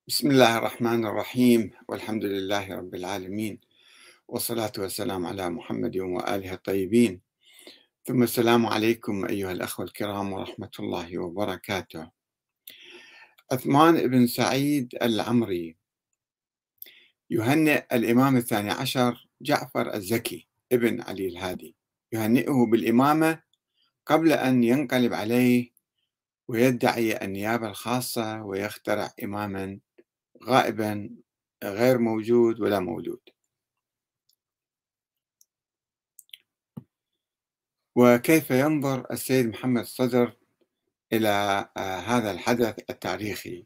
بسم الله الرحمن الرحيم والحمد لله رب العالمين والصلاة والسلام على محمد وآله الطيبين ثم السلام عليكم أيها الأخوة الكرام ورحمة الله وبركاته. عثمان بن سعيد العمري يهنئ الإمام الثاني عشر جعفر الزكي ابن علي الهادي، يهنئه بالإمامة قبل أن ينقلب عليه ويدعي النيابة الخاصة ويخترع إماما غائبا غير موجود ولا مولود. وكيف ينظر السيد محمد الصدر إلى هذا الحدث التاريخي؟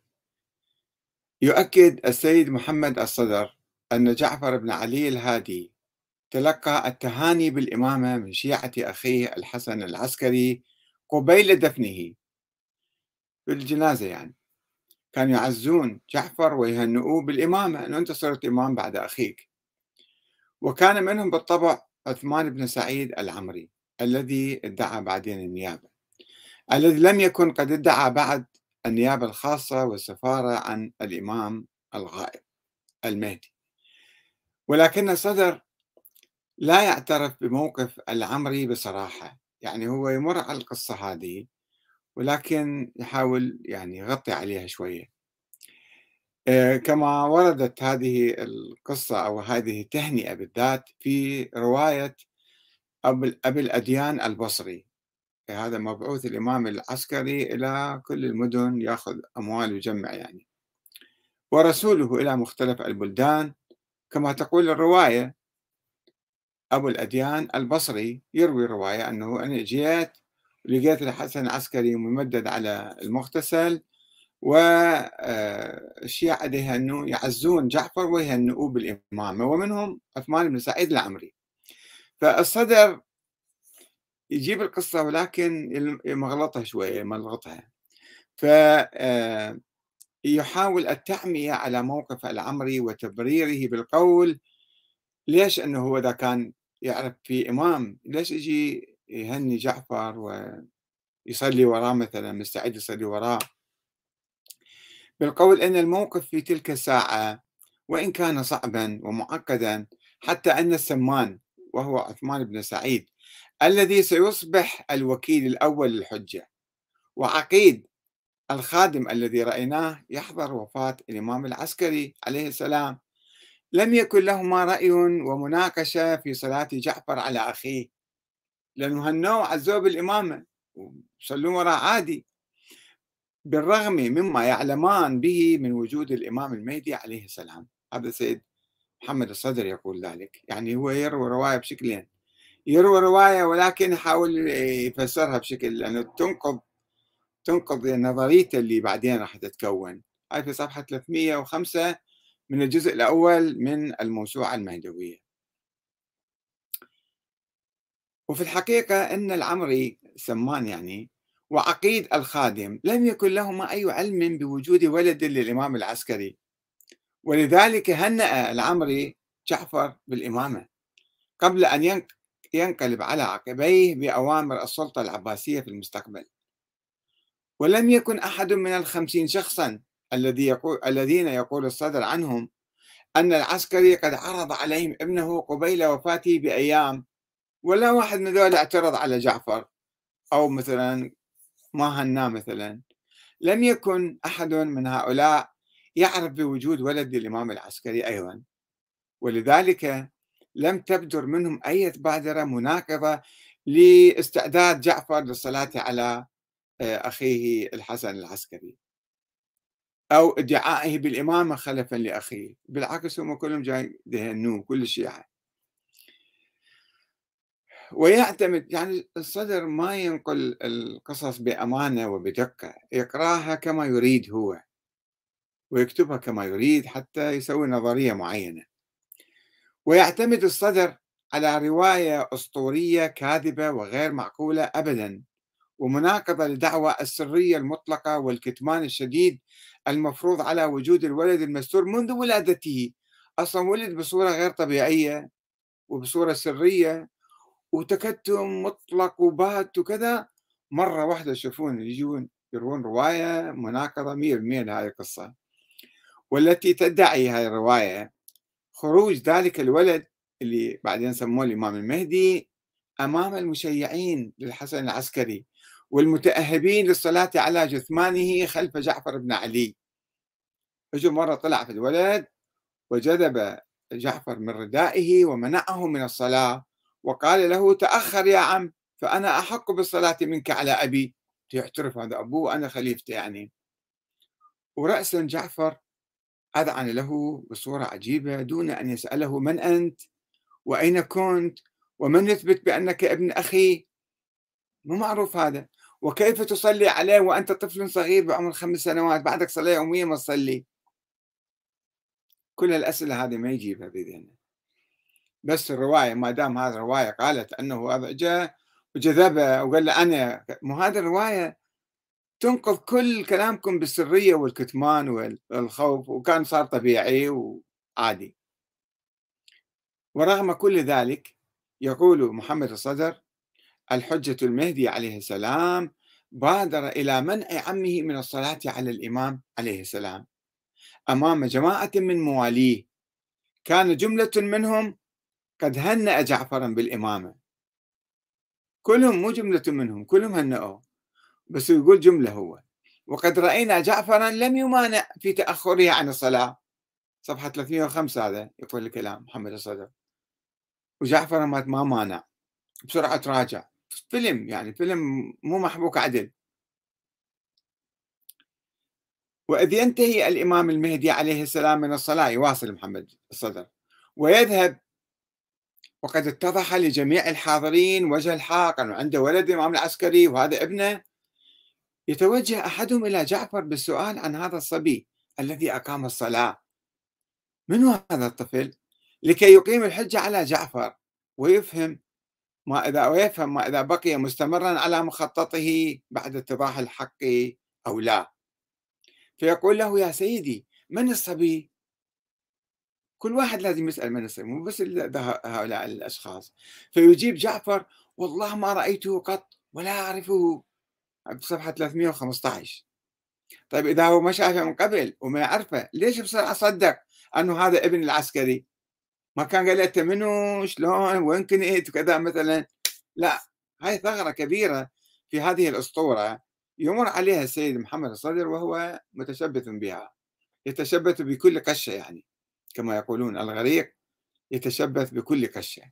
يؤكد السيد محمد الصدر أن جعفر بن علي الهادي تلقى التهاني بالإمامة من شيعة أخيه الحسن العسكري قبيل دفنه في الجنازة، يعني كانوا يعزون جعفر ويهنئوه بالإمامة أنه أنت صرت إمام بعد أخيك. وكان منهم بالطبع عثمان بن سعيد العمري الذي ادعى بعدين النيابة، الذي لم يكن قد ادعى بعد النيابة الخاصة والسفارة عن الإمام الغائب المهدي. ولكن الصدر لا يعترف بموقف العمري بصراحة، يعني هو يمر على القصة هذه ولكن يحاول يعني يغطي عليها شوية. كما وردت هذه القصة أو هذه التهنئة بالذات في رواية أبي الأديان البصري، هذا مبعوث الإمام العسكري إلى كل المدن يأخذ أموال ويجمع يعني، ورسوله إلى مختلف البلدان. كما تقول الرواية أبو الأديان البصري يروي رواية أنه أنا جيت لقيت الحسن العسكري ممدد على المغتسل والشيعة يعزون جعفر ويهنئوه بالإمامة ومنهم عثمان بن سعيد العمري. فالصدر يجيب القصة ولكن مغلطها شوية ملغطها، فيحاول التعمية على موقف العمري وتبريره بالقول ليش أنه هو إذا كان يعرف في إمام ليش يجي يهني جعفر ويصلي وراه، مثلا مستعد يصلي وراه، بالقول أن الموقف في تلك الساعة وإن كان صعبا ومعقدا حتى أن السمان وهو عثمان بن سعيد الذي سيصبح الوكيل الأول للحجة وعقيد الخادم الذي رأيناه يحضر وفاة الإمام العسكري عليه السلام لم يكن لهما رأي ومناقشة في صلاة جعفر على أخيه، لأنه هنوه عزوه بالإمامة وصلوا وراء عادي، بالرغم مما يعلمان به من وجود الإمام المهدي عليه السلام. هذا سيد محمد الصدر يقول ذلك، يعني هو يروي رواية بشكلين، يروي رواية ولكن يحاول يفسرها بشكل لأنه تنقض نظريته اللي بعدين راح تتكون. هاي في صفحة 305 من الجزء الأول من الموسوعة المهدوية. وفي الحقيقة أن العمري سمان يعني وعقيد الخادم لم يكن لهما أي علم بوجود ولد للإمام العسكري، ولذلك هنأ العمري جعفر بالإمامة قبل أن ينقلب على عقبيه بأوامر السلطة العباسية في المستقبل. ولم يكن أحد من 50 شخصا الذين يقول الصدر عنهم أن العسكري قد عرض عليهم ابنه قبيل وفاته بأيام، ولا واحد من ذول اعترض على جعفر أو مثلا ما هناه مثلا. لم يكن أحد من هؤلاء يعرف بوجود ولد الإمام العسكري أيضا، ولذلك لم تبدر منهم أي بادرة مناقضة لاستعداد جعفر للصلاة على أخيه الحسن العسكري أو ادعائه بالإمامة خلفا لأخيه. بالعكس هم كلهم جاي يهنوه كل الشيعة. ويعتمد يعني الصدر ما ينقل القصص بأمانة وبدقة، يقراها كما يريد هو ويكتبها كما يريد حتى يسوي نظرية معينة. ويعتمد الصدر على رواية أسطورية كاذبة وغير معقولة أبدا ومناقضة لدعوى السرية المطلقة والكتمان الشديد المفروض على وجود الولد المستور منذ ولادته. أصلا ولد بصورة غير طبيعية وبصورة سرية وتكتم مطلق وبات وكذا، مرة واحدة يشوفون يجون يروون رواية مناقضة 100% لهذه القصة. والتي تدعي هذه الرواية خروج ذلك الولد اللي بعدين سموه الإمام المهدي أمام المشيعين للحسن العسكري والمتأهبين للصلاة على جثمانه خلف جعفر بن علي. اجوا مرة طلع في الولد وجذب جعفر من ردائه ومنعه من الصلاة وقال له تأخر يا عم فأنا أحق بالصلاة منك على أبي، يعترف هذا أبوه أنا خليفته يعني. ورأسا جعفر أذعن له بصورة عجيبة دون أن يسأله من أنت وأين كنت ومن يثبت بأنك ابن أخي، مو معروف هذا، وكيف تصلي عليه وأنت طفل صغير بعمر 5 سنوات بعدك صلاة يومية ما تصلي. كل الأسئلة هذه ما يجيبها بذهنه، بس الرواية ما دام هذه الرواية قالت أنه هذا جاء وجذبه وقال له أنا مو هذه الرواية تنقض كل كلامكم بالسرية والكتمان والخوف، وكان صار طبيعي وعادي. ورغم كل ذلك يقول محمد الصدر الحجة المهدي عليه السلام بادر إلى منع عمه من الصلاة على الإمام عليه السلام أمام جماعة من مواليه، كان جملة منهم قد هنأ جعفرا بالإمامة، كلهم مو جملة منهم كلهم هنأوه، بس يقول جملة هو، وقد رأينا جعفرا لم يمانع في تأخره عن الصلاة. صفحة 305 هذا يقول الكلام محمد الصدر، وجعفر ما مانع، بسرعة تراجع، فيلم يعني فيلم مو محبوك عدل. وإذ ينتهي الإمام المهدي عليه السلام من الصلاة، يواصل محمد الصدر، ويذهب وقد اتضح لجميع الحاضرين وجه الحق أنه عنده ولد الإمام العسكري وهذا ابنه، يتوجه أحدهم إلى جعفر بالسؤال عن هذا الصبي الذي أقام الصلاة، من هو هذا الطفل؟ لكي يقيم الحجة على جعفر ويفهم ما إذا بقي مستمرا على مخططه بعد اتضاح الحق أو لا. فيقول له يا سيدي من الصبي؟ كل واحد لازم يسأل من الصبي مو بس هؤلاء الأشخاص. فيجيب جعفر والله ما رأيته قط ولا أعرفه، بصفحة 315. طيب إذا هو ما شافه من قبل وما يعرفه ليش بسرعة صدق أنه هذا ابن العسكري؟ ما كان قال له أنت منو شلون وين كنت وكذا مثلا؟ لا، هاي ثغرة كبيرة في هذه الأسطورة يمر عليها السيد محمد الصدر وهو متشبث بها، يتشبث بكل قشة يعني كما يقولون الغريق يتشبث بكل قشة.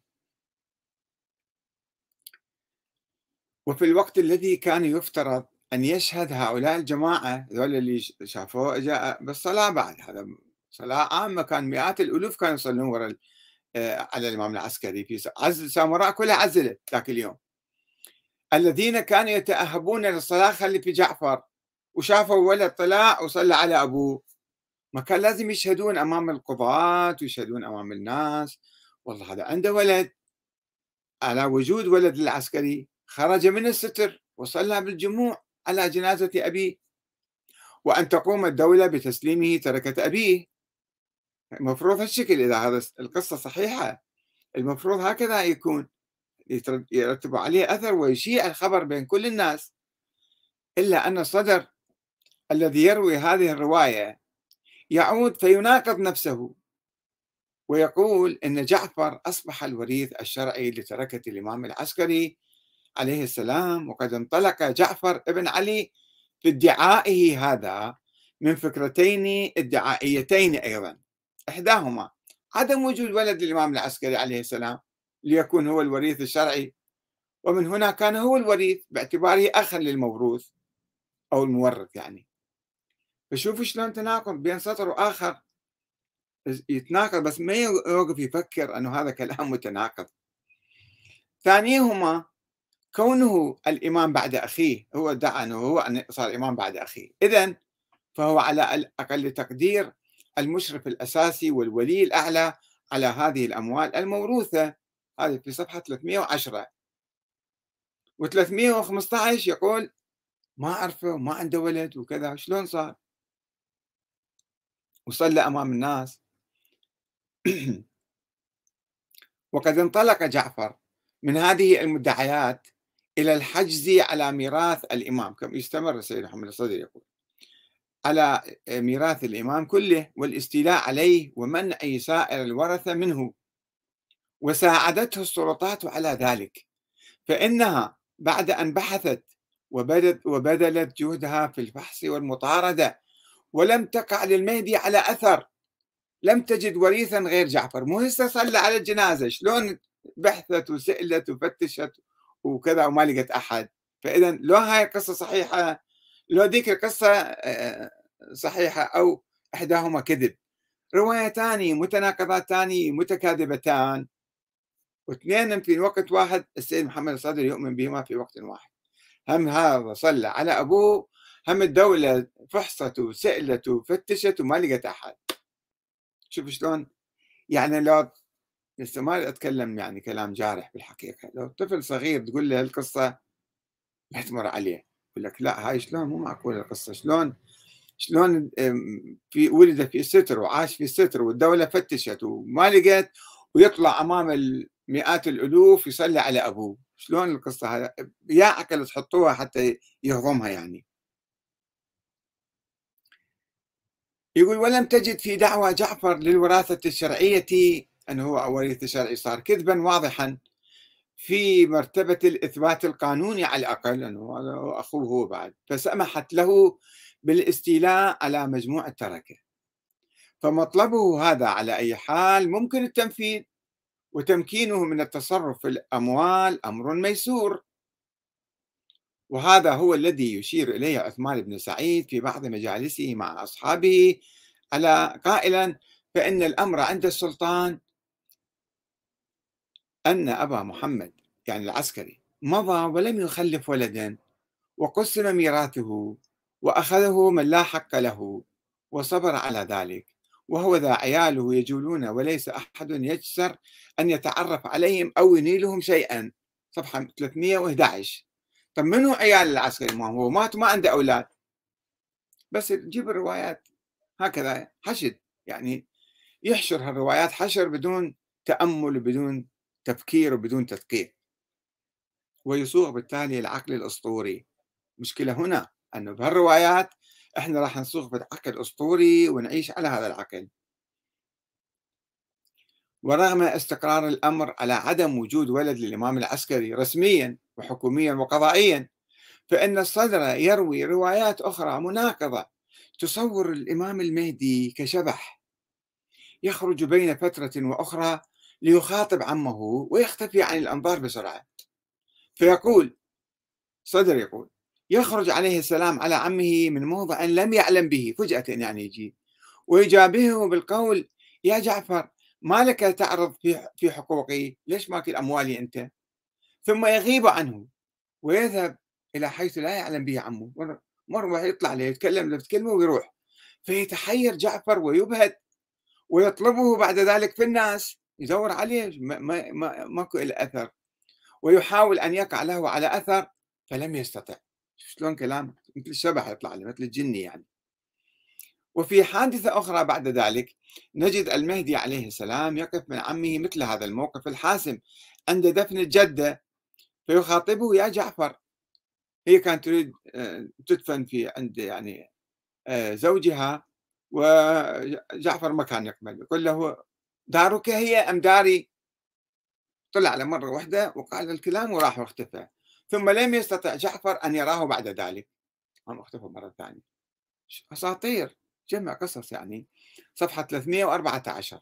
وفي الوقت الذي كان يفترض أن يشهد هؤلاء الجماعة ذول اللي شافوه جاء بالصلاة بعد هذا صلاة عامة، كان مئات الألوف كانوا يصلون وراء على الإمام العسكري في عزل سامراء كلها عزلت ذاك اليوم، الذين كانوا يتأهبون للصلاة خلف جعفر وشافوا ولد طلع وصلى على أبوه، ما كان لازم يشهدون أمام القضاة ويشهدون أمام الناس والله هذا عنده ولد، على وجود ولد العسكري خرج من الستر وصلى بالجموع على جنازة أبيه، وأن تقوم الدولة بتسليمه تركة أبيه. المفروض هالشكل إذا هذا القصة صحيحة، المفروض هكذا يكون، يرتب عليه أثر ويشيع الخبر بين كل الناس. إلا أن الصدر الذي يروي هذه الرواية يعود فيناقض نفسه ويقول إن جعفر أصبح الوريث الشرعي لتركة الإمام العسكري عليه السلام، وقد انطلق جعفر ابن علي في ادعائه هذا من فكرتين ادعائيتين أيضا، إحداهما عدم وجود ولد الإمام العسكري عليه السلام ليكون هو الوريث الشرعي، ومن هنا كان هو الوريث باعتباره أخا للموروث أو المورث يعني. فشوفوا شلون تناقض بين سطر وآخر، يتناقض بس ما يوقف يفكر أنه هذا كلام متناقض. ثانيهما كونه الإمام بعد أخيه، هو ادعى أنه هو صار إمام بعد أخيه، إذن فهو على أقل تقدير المشرف الأساسي والولي الأعلى على هذه الأموال الموروثة. هذه في صفحة 310 و315 يقول ما أعرفه وما عنده ولد وكذا، شلون صار وصلى أمام الناس. وقد انطلق جعفر من هذه المدعيات إلى الحجز على ميراث الإمام، كما يستمر السيد محمد الصدر يقول على ميراث الإمام كله والاستيلاء عليه ومنع سائر الورثة منه، وساعدته السلطات على ذلك، فإنها بعد أن بحثت وبذلت جهدها في الفحص والمطاردة ولم تقع للمهدي على أثر، لم تجد وريثا غير جعفر. مو هسه صلى على الجنازة، شلون بحثت وسئلت وفتشت وكذا وما لقت أحد؟ فإذا لو هاي القصة صحيحة، لو ذيك القصة صحيحة أو إحداهما كذب، روايتان متناقضتان متكاذبتان، واثنين في وقت واحد السيد محمد الصدر يؤمن بهما في وقت واحد. هم هذا صلى على أبوه، هم الدولة فحصت وسئلت وفتشت وما لقت أحد. شوف شلون، يعني لو لسه ما أتكلم يعني كلام جارح بالحقيقة، لو طفل صغير تقول له القصة ما تمر عليه، يقول لك لا هاي شلون، مو معقولة القصة، شلون في ولد في ستر وعاش في ستر والدولة فتشت وما لقت، ويطلع أمام مئات الألوف يصلي على أبوه، شلون القصة هذا؟ يا عقل تحطوها حتى يهضمها يعني. يقول ولم تجد في دعوى جعفر للوراثة الشرعية أنه هو وريث شرعي، صار كذبا واضحا في مرتبة الإثبات القانوني على الأقل، أنه هذا أخوه هو بعد، فسمحت له بالاستيلاء على مجموع التركة، فمطلبه هذا على أي حال ممكن التنفيذ، وتمكينه من التصرف في الأموال أمر ميسور. وهذا هو الذي يشير إليه عثمان بن سعيد في بعض مجالسه مع أصحابه على قائلا فإن الأمر عند السلطان أن أبا محمد يعني العسكري مضى ولم يخلف ولدا، وقسم ميراثه وأخذه من لا حق له وصبر على ذلك، وهو ذا عياله يجولون وليس أحد يجسر أن يتعرف عليهم أو ينيلهم شيئا. صفحة 311. طب منو عيال العسكري؟ ما هو مات وما عنده أولاد، بس تجيب الروايات هكذا حشد، يعني يحشر هالروايات حشر بدون تأمل وبدون تفكير وبدون تدقيق، ويصوغ بالتالي العقل الأسطوري. مشكلة هنا أنه بهالروايات احنا راح نصوغ بعقل أسطوري ونعيش على هذا العقل. ورغم استقرار الأمر على عدم وجود ولد للإمام العسكري رسميا وحكوميا وقضائيا، فإن الصدر يروي روايات أخرى مناقضة تصور الإمام المهدي كشبح يخرج بين فترة وأخرى ليخاطب عمه ويختفي عن الأنظار بسرعة. فيقول صدر يقول يخرج عليه السلام على عمه من موضع لم يعلم به فجأة، يعني يجي ويجابهه بالقول يا جعفر ما لك تعرض في حقوقي، ليش ماكل أموالي أنت؟ ثم يغيب عنه ويذهب إلى حيث لا يعلم به عمه، مرة يطلع له يتكلم له بكلمة ويروح، فيتحير جعفر ويبهت ويطلبه بعد ذلك في الناس، يدور عليه ماكو إله أثر، ويحاول أن يقع له على أثر فلم يستطع. شلون كلام مثل الشبح يطلع له مثل الجني يعني. وفي حادثة أخرى بعد ذلك نجد المهدي عليه السلام يقف من عمه مثل هذا الموقف الحاسم عند دفن الجدة، فيخاطبه يا جعفر. هي كانت تريد تدفن في عند يعني زوجها، وجعفر ما كان يقبل، يقول له دارك هي أم داري؟ طلع على مرة واحدة وقال الكلام وراح واختفى، ثم لم يستطع جعفر أن يراه بعد ذلك، هم اختفى مرة ثانية. أساطير، جمع قصص يعني. صفحة 314.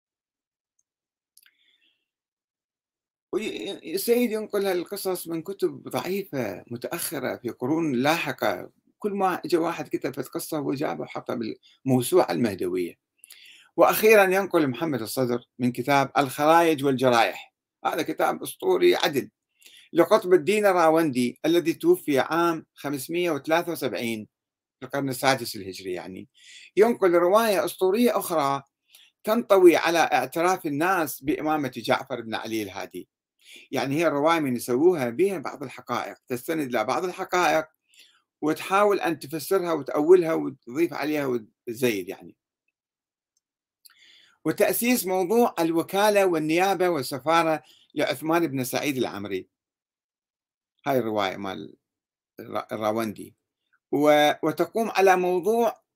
السيد ينقل هالقصص من كتب ضعيفة متأخرة في قرون لاحقة، كل ما اجى واحد كتب قصة وجابه وحطها بالموسوعة المهدوية. وأخيرا ينقل محمد الصدر من كتاب الخرايج والجرائح، هذا كتاب أسطوري عدل لقطب الدين الراوندي الذي توفي عام 573 في القرن السادس الهجري، يعني ينقل رواية أسطورية أخرى تنطوي على اعتراف الناس بإمامة جعفر بن علي الهادي. يعني هي الرواية من يسووها بها بعض الحقائق، تستند إلى بعض الحقائق وتحاول أن تفسرها وتأولها وتضيف عليها وتزيد يعني. وتأسيس موضوع الوكالة والنيابة والسفارة لعثمان بن سعيد العمري، هاي الرواية مال الراوندي، وتقوم على موضوع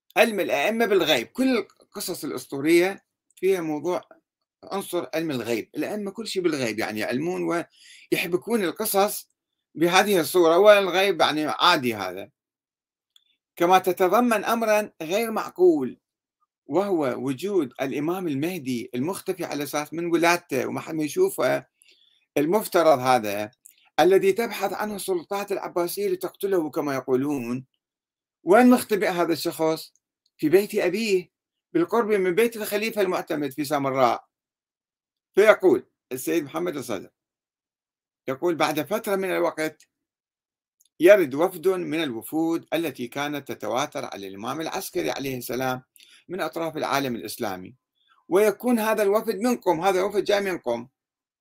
علم الأئمة بالغيب، كل القصص الأسطورية فيها موضوع عنصر علم الغيب، الأئمة كل شيء بالغيب يعني يعلمون ويحبكون القصص بهذه الصورة، والغيب يعني عادي هذا. كما تتضمن أمرا غير معقول، وهو وجود الإمام المهدي المختفي على أساس من ولادته وما حد ما يشوفه، المفترض هذا الذي تبحث عنه السلطات العباسية لتقتله كما يقولون. وين مختبئ هذا الشخص؟ في بيت أبيه بالقرب من بيت الخليفة المعتمد في سامراء. فيقول السيد محمد الصدر، يقول: بعد فترة من الوقت يرد وفد من الوفود التي كانت تتواتر على الإمام العسكري عليه السلام من أطراف العالم الإسلامي، ويكون هذا الوفد من قم، هذا الوفد جاي من قم،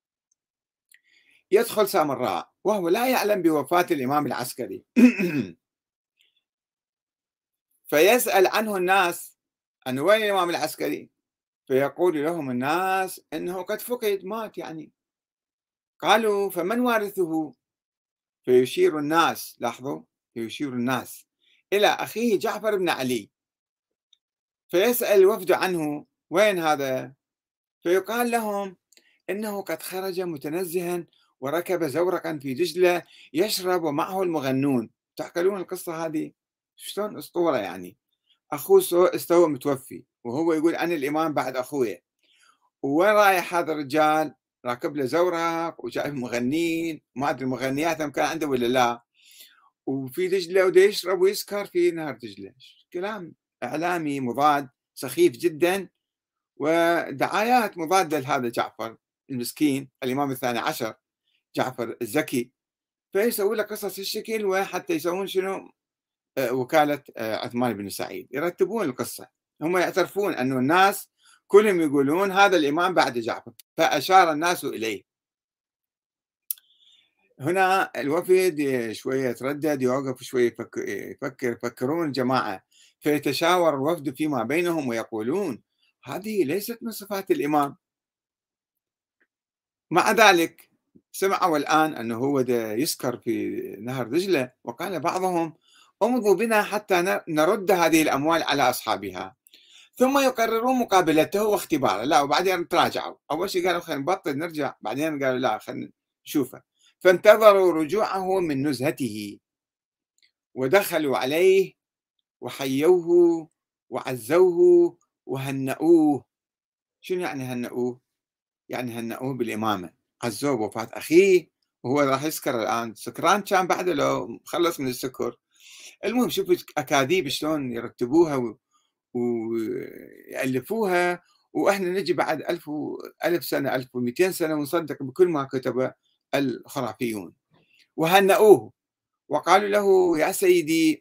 يدخل سامراء وهو لا يعلم بوفاة الإمام العسكري. فيسأل عنه الناس، أنه وين الإمام العسكري؟ فيقول لهم الناس أنه قد فقد، مات يعني. قالوا: فمن وارثه؟ فيشير الناس، لاحظوا، فيشير الناس إلى أخيه جعفر بن علي. فيسأل الوفد عنه: وين هذا؟ فيقال لهم إنه قد خرج متنزها وركب زورقا في دجلة يشرب ومعه المغنون. تعقلون القصة هذه شلون أسطورة يعني. أخوه استوى متوفي وهو يقول أنا الإمام بعد أخوي، وين رايح هذا الرجال؟ راكب له زورق وشايف مغنين، ما أدري مغنياتهم كان عنده ولا لا، وفي دجلة وده يشرب ويسكر في نهر دجلة. كلام إعلامي مضاد سخيف جدا، ودعايات مضادة لهذا جعفر المسكين الإمام الثاني عشر، جعفر الزكي. فيسوي له قصص الشكل، وحتى يسوون شنو، وكالة عثمان بن سعيد، يرتبون القصة. هم يعترفون أن الناس كلهم يقولون هذا الإمام بعد جعفر، فأشار الناس إليه. هنا الوفد شوية يتردد، يوقف شوية يفكرون الجماعة، فيتشاور الوفد فيما بينهم ويقولون: هذه ليست من صفات الإمام. مع ذلك سمعوا الآن أنه هو يسكر في نهر دجلة، وقال بعضهم: امضوا بنا حتى نرد هذه الأموال على أصحابها. ثم يقررون مقابلته واختباره. لا، وبعدين تراجعوا، أول شيء قالوا خلينا نبطل نرجع، بعدين قالوا لا خلينا نشوفه. فانتظروا رجوعه من نزهته ودخلوا عليه وحيوه وعزوه وهنأوه. شنو يعني هنأوه؟ يعني هنأوه بالإمامة، عزوه بوفاة أخيه، وهو راح يسكر الآن، سكران كان بعده لو خلص من السكر. المهم شوفوا أكاذيب شلون يرتبوها ويألفوها، وإحنا نجي بعد ألف سنة 1200 سنة ونصدق بكل ما كتب الخرافيون. وهنأوه وقالوا له: يا سيدي،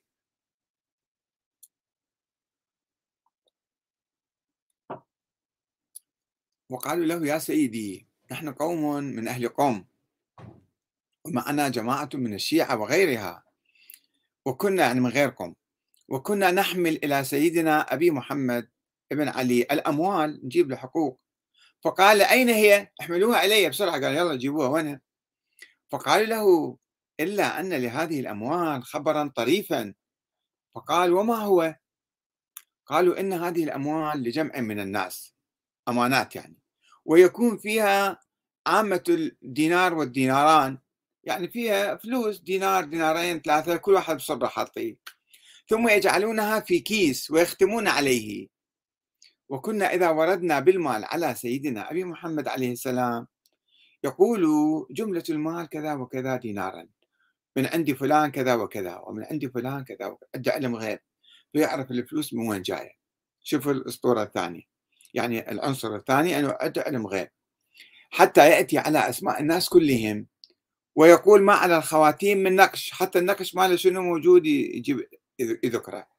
وقالوا له: يا سيدي، نحن قوم من أهل قوم، ومعنا جماعة من الشيعة وغيرها، وكنا يعني من غيركم، وكنا نحمل إلى سيدنا أبي محمد ابن علي الأموال، نجيب له حقوق. فقال: أين هي؟ احملوها إلي بسرعة. قال: يلا جيبوها، وينها؟ فقالوا له: إلا أن لهذه الأموال خبرا طريفا. فقال: وما هو؟ قالوا: إن هذه الأموال لجمع من الناس، أمانات يعني، ويكون فيها عامة الدينار والديناران، يعني فيها فلوس دينار دينارين ثلاثة، كل واحد بصبره حاطيه، ثم يجعلونها في كيس ويختمون عليه. وكنا إذا وردنا بالمال على سيدنا أبي محمد عليه السلام يقول: جملة المال كذا وكذا دينارا، من عند فلان كذا وكذا، ومن عند فلان كذا وكذا. عنده علم غيب، فيعرف الفلوس من وين جاية. شوف الأسطورة الثانية، يعني العنصر الثاني أنه عنده علم غيب، حتى يأتي على أسماء الناس كلهم ويقول ما على الخواتيم من نقش، حتى النقش ماله شنو موجود يجيب يذكره.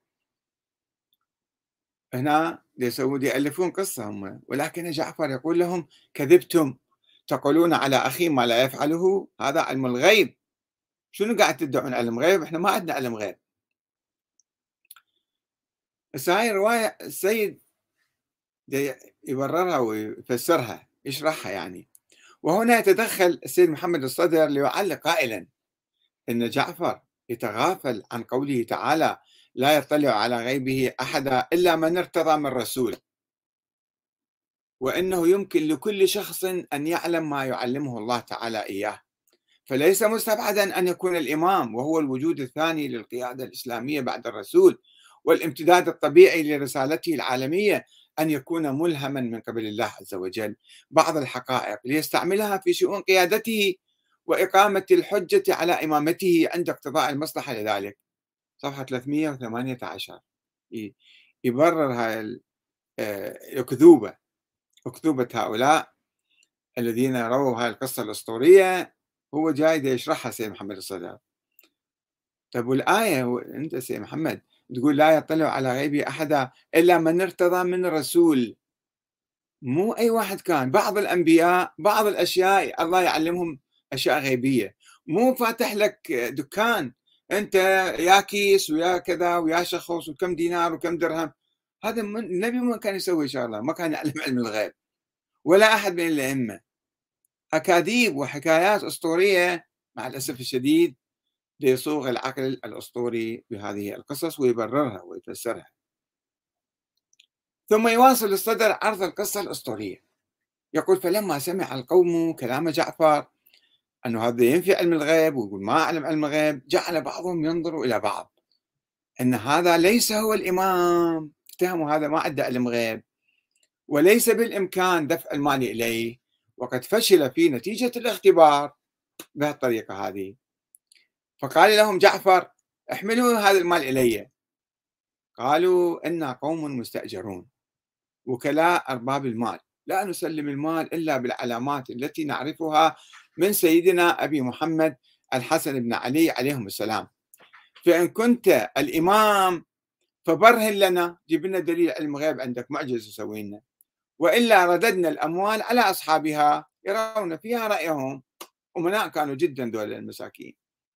هنا يألفون قصة هم، ولكن جعفر يقول لهم: كذبتم، تقولون على أخي ما لا يفعله، هذا علم الغيب. شنو قاعد تدعون علم غيب؟ احنا ما عندنا علم غيب. بس هاي الرواية السيد يبررها ويفسرها، يشرحها يعني. وهنا يتدخل السيد محمد الصدر ليعلق قائلا: إن جعفر يتغافل عن قوله تعالى: لا يطلع على غيبه أحد إلا من ارتضى من رسول، وإنه يمكن لكل شخص أن يعلم ما يعلمه الله تعالى إياه، فليس مستبعدا أن يكون الإمام وهو الوجود الثاني للقيادة الإسلامية بعد الرسول والامتداد الطبيعي لرسالته العالمية، أن يكون ملهما من قبل الله عز وجل بعض الحقائق ليستعملها في شؤون قيادته وإقامة الحجة على إمامته عند اقتضاء المصلحة لذلك. صفحة 318 يبرر هاي الأكذوبة، أكذوبة هؤلاء الذين رووا هاي القصة الأسطورية، هو جاي يشرحها سيد محمد الصدر. طيب والآية أنت سيد محمد تقول لا يطلع على غيبه أحد إلا من ارتضى من الرسول، مو أي واحد كان، بعض الأنبياء بعض الأشياء الله يعلمهم أشياء غيبية، مو فاتح لك دكان أنت يا كيس ويا كذا ويا شخص وكم دينار وكم درهم، هذا النبي ما كان يسوي إن شاء الله، ما كان يعلم علم الغيب ولا أحد من الأئمة، أكاذيب وحكايات أسطورية مع الأسف الشديد ليصوغ العقل الأسطوري بهذه القصص ويبررها ويفسرها. ثم يواصل الصدر عرض القصة الأسطورية، يقول فلما سمع القوم كلام جعفر أنه هذا ينفي علم الغيب ويقول ما أعلم علم الغيب، جعل بعضهم ينظر إلى بعض أن هذا ليس هو الإمام، اتهموا هذا ما عنده علم غيب وليس بالإمكان دفع المال إليه، وقد فشل في نتيجة الاختبار بهالطريقة هذه. فقال لهم جعفر احملوا هذا المال إلي. قالوا إنا قوم مستأجرون وكلاء أرباب المال، لا نسلم المال إلا بالعلامات التي نعرفها من سيدنا أبي محمد الحسن بن علي عليهم السلام، فإن كنت الإمام فبرهن لنا، جيب لنا دليل علم غيب عندك معجزة سوي لنا، وإلا رددنا الأموال على أصحابها يرون فيها رأيهم، أمناء كانوا جدا دول المساكين.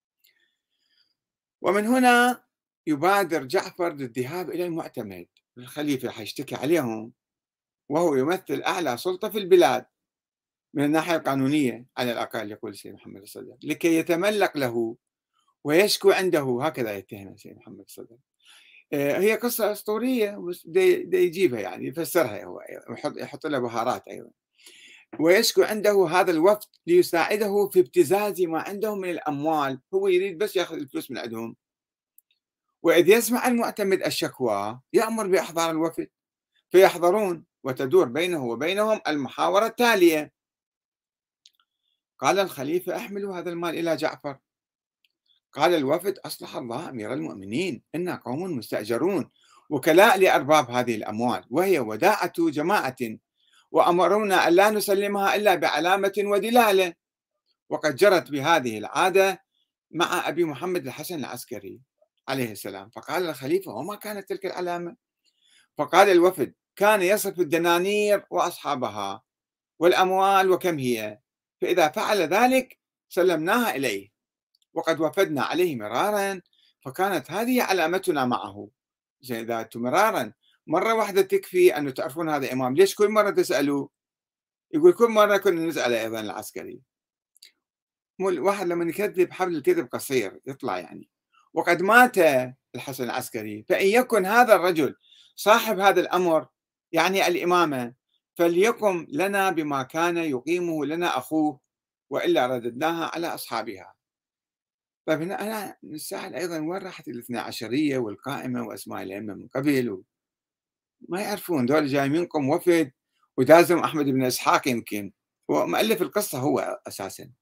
ومن هنا يبادر جعفر للذهاب إلى المعتمد الخليفة حيشتكي عليهم، وهو يمثل أعلى سلطة في البلاد من الناحية القانونية على الأقل، يقول السيد محمد الصدر، لكي يتملق له ويشكو عنده، هكذا يتهم السيد محمد الصدر. هي قصة أسطورية بس دي يجيبها يعني يفسرها هو يحط لها بهارات أيضا. ويشكو عنده هذا الوفد ليساعده في ابتزاز ما عندهم من الأموال، هو يريد بس يأخذ الفلوس من عندهم. وإذ يسمع المعتمد الشكوى يأمر بإحضار الوفد فيحضرون، وتدور بينه وبينهم المحاورة التالية. قال الخليفة احملوا هذا المال إلى جعفر. قال الوفد أصلح الله أمير المؤمنين إنا قوم مستأجرون وكلاء لأرباب هذه الأموال، وهي وداعة جماعة، وأمرونا أن لا نسلمها إلا بعلامة ودلالة، وقد جرت بهذه العادة مع أبي محمد الحسن العسكري عليه السلام. فقال الخليفة وما كانت تلك العلامة؟ فقال الوفد كان يصف الدنانير وأصحابها والأموال وكم هي، فإذا فعل ذلك سلمناها إليه، وقد وفدنا عليه مرارا فكانت هذه علامتنا معه. زين إذا مرارا مرة واحدة تكفي أن تعرفون هذا إمام، ليش كل مرة تسألوا؟ يقول كل مرة كنا نسأل أيضا العسكري. واحد لما يكذب حبل الكذب قصير يطلع يعني. وقد مات الحسن العسكري، فإن يكن هذا الرجل صاحب هذا الأمر يعني الإمامة فليقم لنا بما كان يقيمه لنا أخوه، وإلا رددناها على أصحابها. طيب هنا أنا نسأل أيضا وين راحت الاثنى عشرية والقائمة وأسماء الأئمة من قبل ما يعرفون، دول جاي منكم وفد ودازم أحمد بن إسحاق، يمكن هو مؤلف القصة هو أساسا.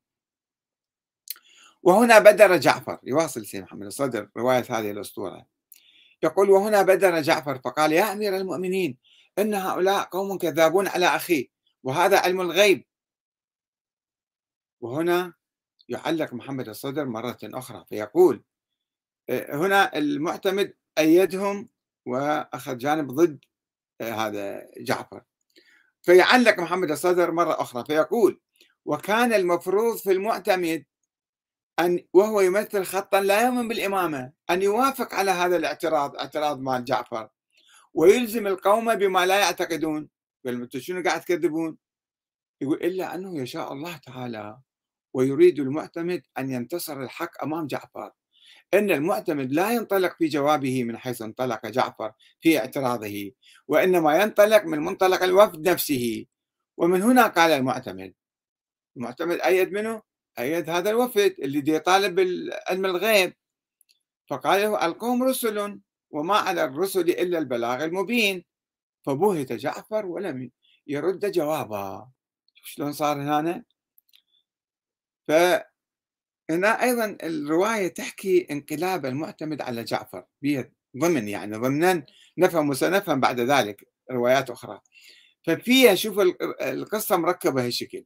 وهنا بدر جعفر، يواصل سيد محمد الصدر رواية هذه الأسطورة، يقول وهنا بدر جعفر فقال يا أمير المؤمنين إن هؤلاء قوم كذابون على أخي وهذا علم الغيب. وهنا يعلق محمد الصدر مرة أخرى فيقول هنا المعتمد أيدهم وأخذ جانب ضد هذا جعفر، فيعلق محمد الصدر مرة أخرى فيقول وكان المفروض في المعتمد أن وهو يمثل خطا لا يؤمن بالإمامة أن يوافق على هذا الاعتراض، اعتراض مال جعفر، ويلزم القوم بما لا يعتقدون. قال أنتم شنو قاعد تكذبون؟ يقول إلا أنه يشاء الله تعالى ويريد المعتمد أن ينتصر الحق أمام جعفر، أن المعتمد لا ينطلق في جوابه من حيث انطلق جعفر في اعتراضه، وإنما ينطلق من منطلق الوفد نفسه. ومن هنا قال المعتمد أيد منه؟ أيد هذا الوفد اللي دي يطالب بالعلم الغيب، فقال له القوم رسل وما على الرسل إلا البلاغ المبين. فبهت جعفر ولم يرد جوابا. شلون صار هنا؟ فهنا أيضا الرواية تحكي انقلاب المعتمد على جعفر، بها ضمن يعني ضمنا نفهم وسنفهم بعد ذلك روايات أخرى. ففيها شوف القصة مركبة هالشكل،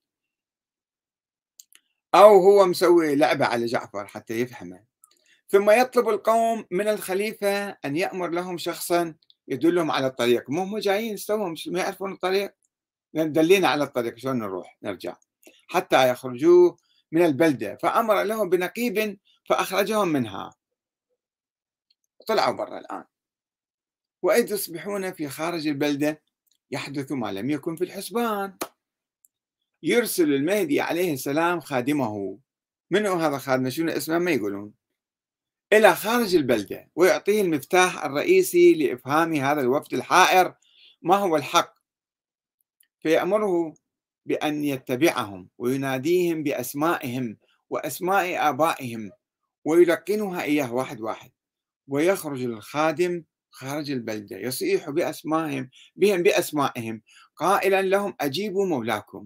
أو هو مسوي لعبة على جعفر حتى يفهمه. ثم يطلب القوم من الخليفة أن يأمر لهم شخصا يدلهم على الطريق. مو هم جايين استوهم ما يعرفون الطريق، دلينا على الطريق شلون نروح نرجع، حتى يخرجوا من البلدة. فأمر لهم بنقيب فأخرجهم منها. طلعوا برا الآن، وإذ يصبحون في خارج البلدة يحدث ما لم يكن في الحسبان. يرسل المهدي عليه السلام خادمه. منو هذا خادمه؟ شنو اسمه ما يقولون. إلى خارج البلدة ويعطيه المفتاح الرئيسي لإفهام هذا الوفد الحائر ما هو الحق، فيأمره بأن يتبعهم ويناديهم بأسمائهم وأسماء آبائهم ويلقنها إياه واحد واحد. ويخرج الخادم خارج البلدة يصيح بهم بأسمائهم قائلا لهم أجيبوا مولاكم.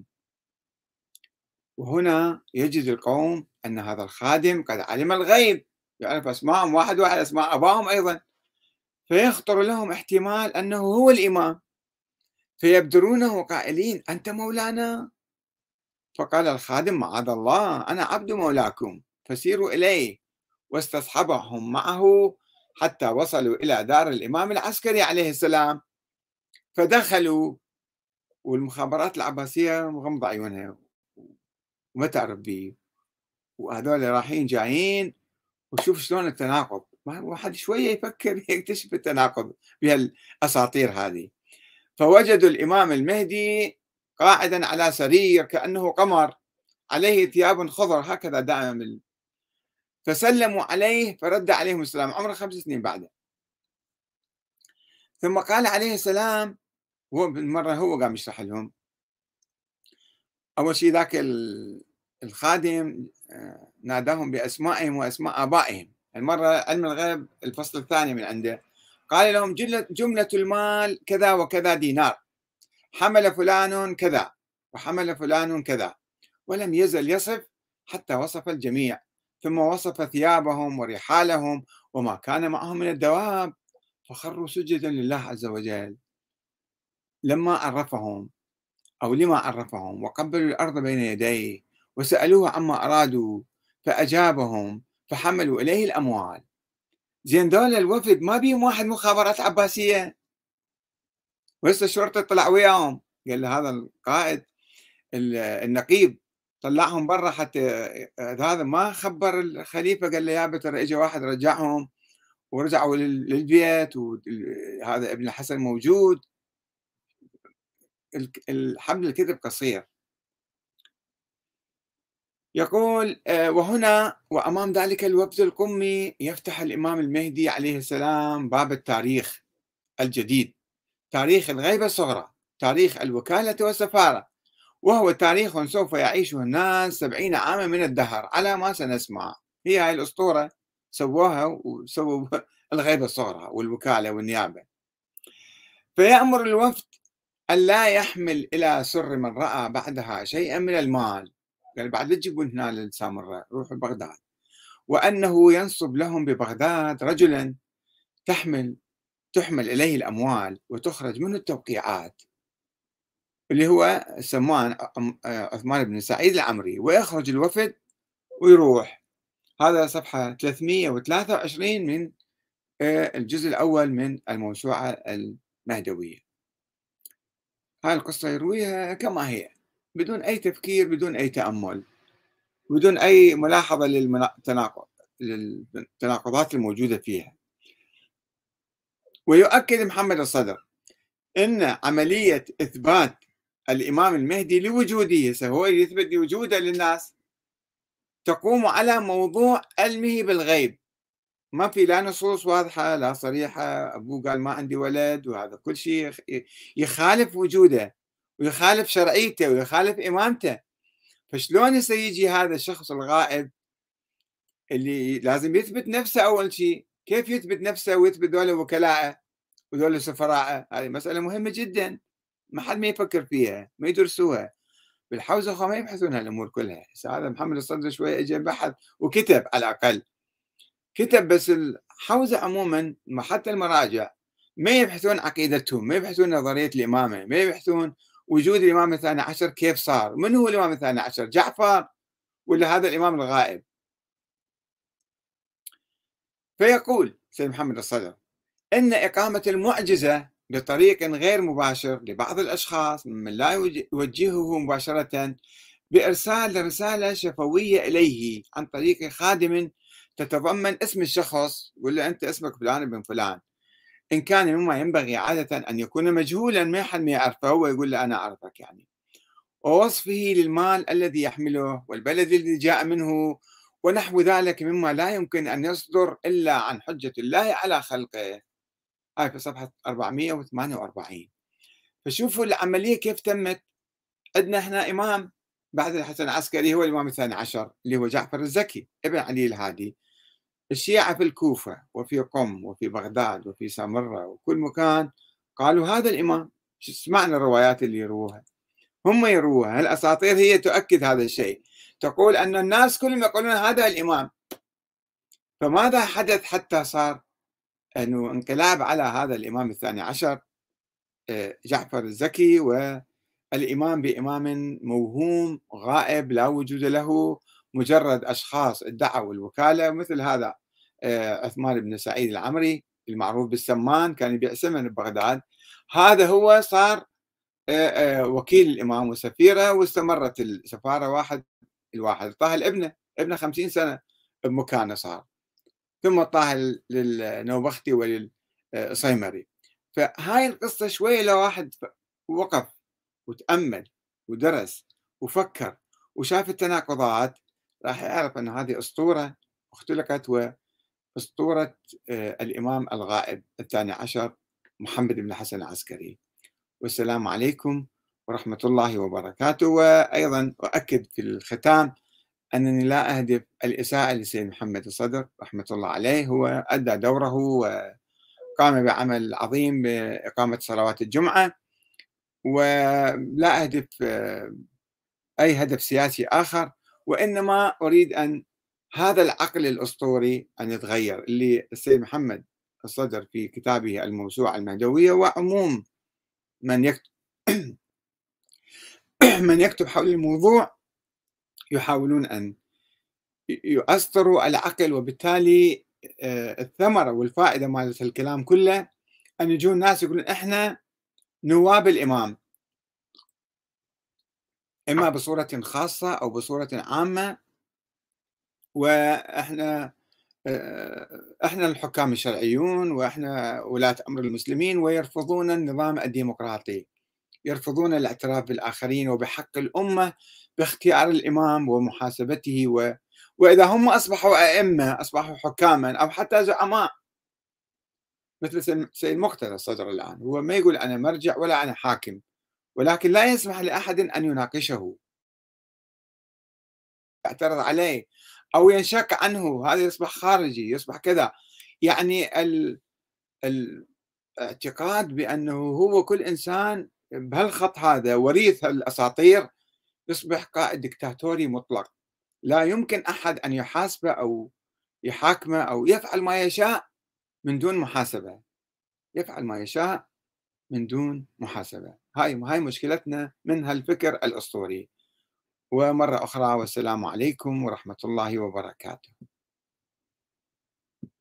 وهنا يجد القوم أن هذا الخادم قد علم الغيب، يعرف أسماءهم واحد واحد، أسماء أبائهم أيضا، فيخطر لهم احتمال أنه هو الإمام، فيبدرونه قائلين أنت مولانا. فقال الخادم معاذ الله أنا عبد مولاكم، فسيروا إليه. واستصحبهم معه حتى وصلوا إلى دار الإمام العسكري عليه السلام. فدخلوا والمخابرات العباسية مغمضة عيونها وما تعرف به، وهذول رايحين جايين. وشوف شلون التناقض، واحد شوية يفكر يكتشف التناقض بهالأساطير هذه. فوجدوا الإمام المهدي قاعدا على سرير كأنه قمر عليه ثياب خضر هكذا دائما. فسلموا عليه فرد عليهم السلام، عمره 5 سنين بعده. ثم قال عليه السلام، هو بالمرة هو قام يشرح لهم. أول شيء ذاك الخادم ناداهم بأسمائهم وأسماء آبائهم. المرة علم الغيب الفصل الثاني من عنده. قال لهم جملة المال كذا وكذا دينار، حمل فلان كذا وحمل فلان كذا، ولم يزل يصف حتى وصف الجميع. ثم وصف ثيابهم ورحالهم وما كان معهم من الدواب، فخروا سجدا لله عز وجل لما عرفهم أو لما عرفهم، وقبلوا الأرض بين يديه وسألوه عما أرادوا فأجابهم، فحملوا إليه الأموال. زين دول الوفد ما بيهم واحد مخابرات عباسية، وهسه الشرطة طلع وياهم. قال له هذا القائد النقيب طلعهم برا حتى هذا ما خبر الخليفة، قال له يا ترى اجى واحد رجعهم ورجعوا للبيت وهذا ابن الحسن موجود. الحبل الكذب قصير. يقول وهنا وأمام ذلك الوفد القمي يفتح الإمام المهدي عليه السلام باب التاريخ الجديد، تاريخ الغيبة الصغرى، تاريخ الوكالة والسفارة، وهو تاريخ سوف يعيشه الناس 70 عاما من الدهر على ما سنسمع. هي هاي الأسطورة سووها وسووا الغيبة الصغرى والوكالة والنيابة. فيأمر الوفد أن لا يحمل إلى سر من رأى بعدها شيئا من المال، يعني بعد لا تجيبون هنا للسامرة روحوا بغداد، وأنه ينصب لهم ببغداد رجلا تحمل إليه الأموال وتخرج منه التوقيعات، اللي هو سمان عثمان بن سعيد العمري، ويخرج الوفد ويروح. هذا صفحة 323 من الجزء الأول من الموسوعة المهدوية. هاي القصة يرويها كما هي بدون أي تفكير، بدون أي تأمل، بدون أي ملاحظة للتناقضات الموجودة فيها. ويؤكد محمد الصدر أن عملية إثبات الإمام المهدي لوجوده، هو يثبت وجوده للناس، تقوم على موضوع علمه بالغيب ما في لا نصوص واضحة لا صريحة، أبوه قال ما عندي ولد، وهذا كل شيء يخالف وجوده ويخالف شرعيته ويخالف إمامته. فشلون هسه يجي هذا الشخص الغائب اللي لازم يثبت نفسه أول شيء؟ كيف يثبت نفسه ويثبت ذولا وكلاءه وذولا سفراءه؟ هذه مسألة مهمة جدا، ما حد ما يفكر فيها، ما يدرسوها بالحوزة، ما يبحثون هالأمور كلها. هسه هذا محمد الصدر شوية اجى بحث وكتب، على الأقل كتب، بس الحوزة عموما حتى المراجع ما يبحثون عقيدتهم، ما يبحثون نظرية الإمامة، ما يبحثون وجود الإمام الثاني عشر كيف صار، من هو الإمام الثاني عشر، جعفر ولا هذا الإمام الغائب؟ فيقول سيد محمد الصدر إن إقامة المعجزة بطريق غير مباشر لبعض الأشخاص ممن لا يوجهه مباشرة بإرسال رسالة شفوية إليه عن طريق خادم تتضمن اسم الشخص، يقول له أنت اسمك فلان بن فلان، إن كان مما ينبغي عادة أن يكون مجهولا، ما حد ما يعرفه، هو يقول له أنا أعرفك يعني، ووصفه للمال الذي يحمله والبلد الذي جاء منه ونحو ذلك مما لا يمكن أن يصدر إلا عن حجة الله على خلقه. هاي في صفحة 448. فشوفوا العملية كيف تمت. عندنا احنا إمام بعد الحسن العسكري هو الإمام الثاني عشر اللي هو جعفر الزكي ابن علي الهادي. الشيعة في الكوفة وفي قم وفي بغداد وفي سامرة وكل مكان قالوا هذا الإمام. شو سمعنا الروايات اللي يروها، هم يروها، الأساطير هي تؤكد هذا الشيء، تقول أن الناس كلهم يقولون هذا الإمام. فماذا حدث حتى صار أنه انقلاب على هذا الإمام الثاني عشر جعفر الزكي، والإمام بإمام موهوم غائب لا وجود له، مجرد أشخاص ادعوا الوكالة، مثل هذا عثمان بن سعيد العمري المعروف بالسمان، كان يبيع سمن ببغداد، هذا هو صار وكيل الإمام وسفيره، واستمرت السفارة واحد الواحد، طاها لابنه، ابنه 50 سنة بمكانه صار، ثم طاها للنوبختي وللصيمري. فهاي القصة شوية لو واحد وقف وتأمل ودرس وفكر وشاف التناقضات راح يعرف أن هذه أسطورة اختلقت، وأسطورة الإمام الغائب الثاني عشر محمد بن الحسن العسكري. والسلام عليكم ورحمة الله وبركاته. وأيضا أؤكد في الختام أنني لا أهدف الإساءة لسيد محمد الصدر رحمة الله عليه، هو أدى دوره وقام بعمل عظيم بإقامة صلوات الجمعة، ولا أهدف أي هدف سياسي آخر، وإنما أريد أن هذا العقل الأسطوري أن يتغير، اللي السيد محمد الصدر في كتابه الموسوعة المهدوية وعموم من يكتب من يكتب حول الموضوع يحاولون أن يؤسطروا العقل، وبالتالي الثمرة والفائدة مالت الكلام كله أن يجون الناس يقولون إحنا نواب الإمام، إما بصورة خاصة أو بصورة عامة، وإحنا إحنا الحكام الشرعيون وإحنا ولاة أمر المسلمين، ويرفضون النظام الديمقراطي، يرفضون الاعتراف بالآخرين وبحق الأمة باختيار الإمام ومحاسبته وإذا هم أصبحوا أئمة، أصبحوا حكاما أو حتى زعماء مثل سيد مقتدى الصدر الآن، هو ما يقول أنا مرجع ولا أنا حاكم، ولكن لا يسمح لأحد أن يناقشه، يعترض عليه أو ينشق عنه، هذا يصبح خارجي، يصبح كذا. يعني الاعتقاد بأنه هو كل إنسان بهالخط هذا وريث الأساطير يصبح قائد دكتاتوري مطلق، لا يمكن أحد أن يحاسبه أو يحاكمه أو يفعل ما يشاء من دون محاسبة، يفعل ما يشاء من دون محاسبة. هاي مشكلتنا من هالفكر الأسطوري. ومرة أخرى والسلام عليكم ورحمة الله وبركاته.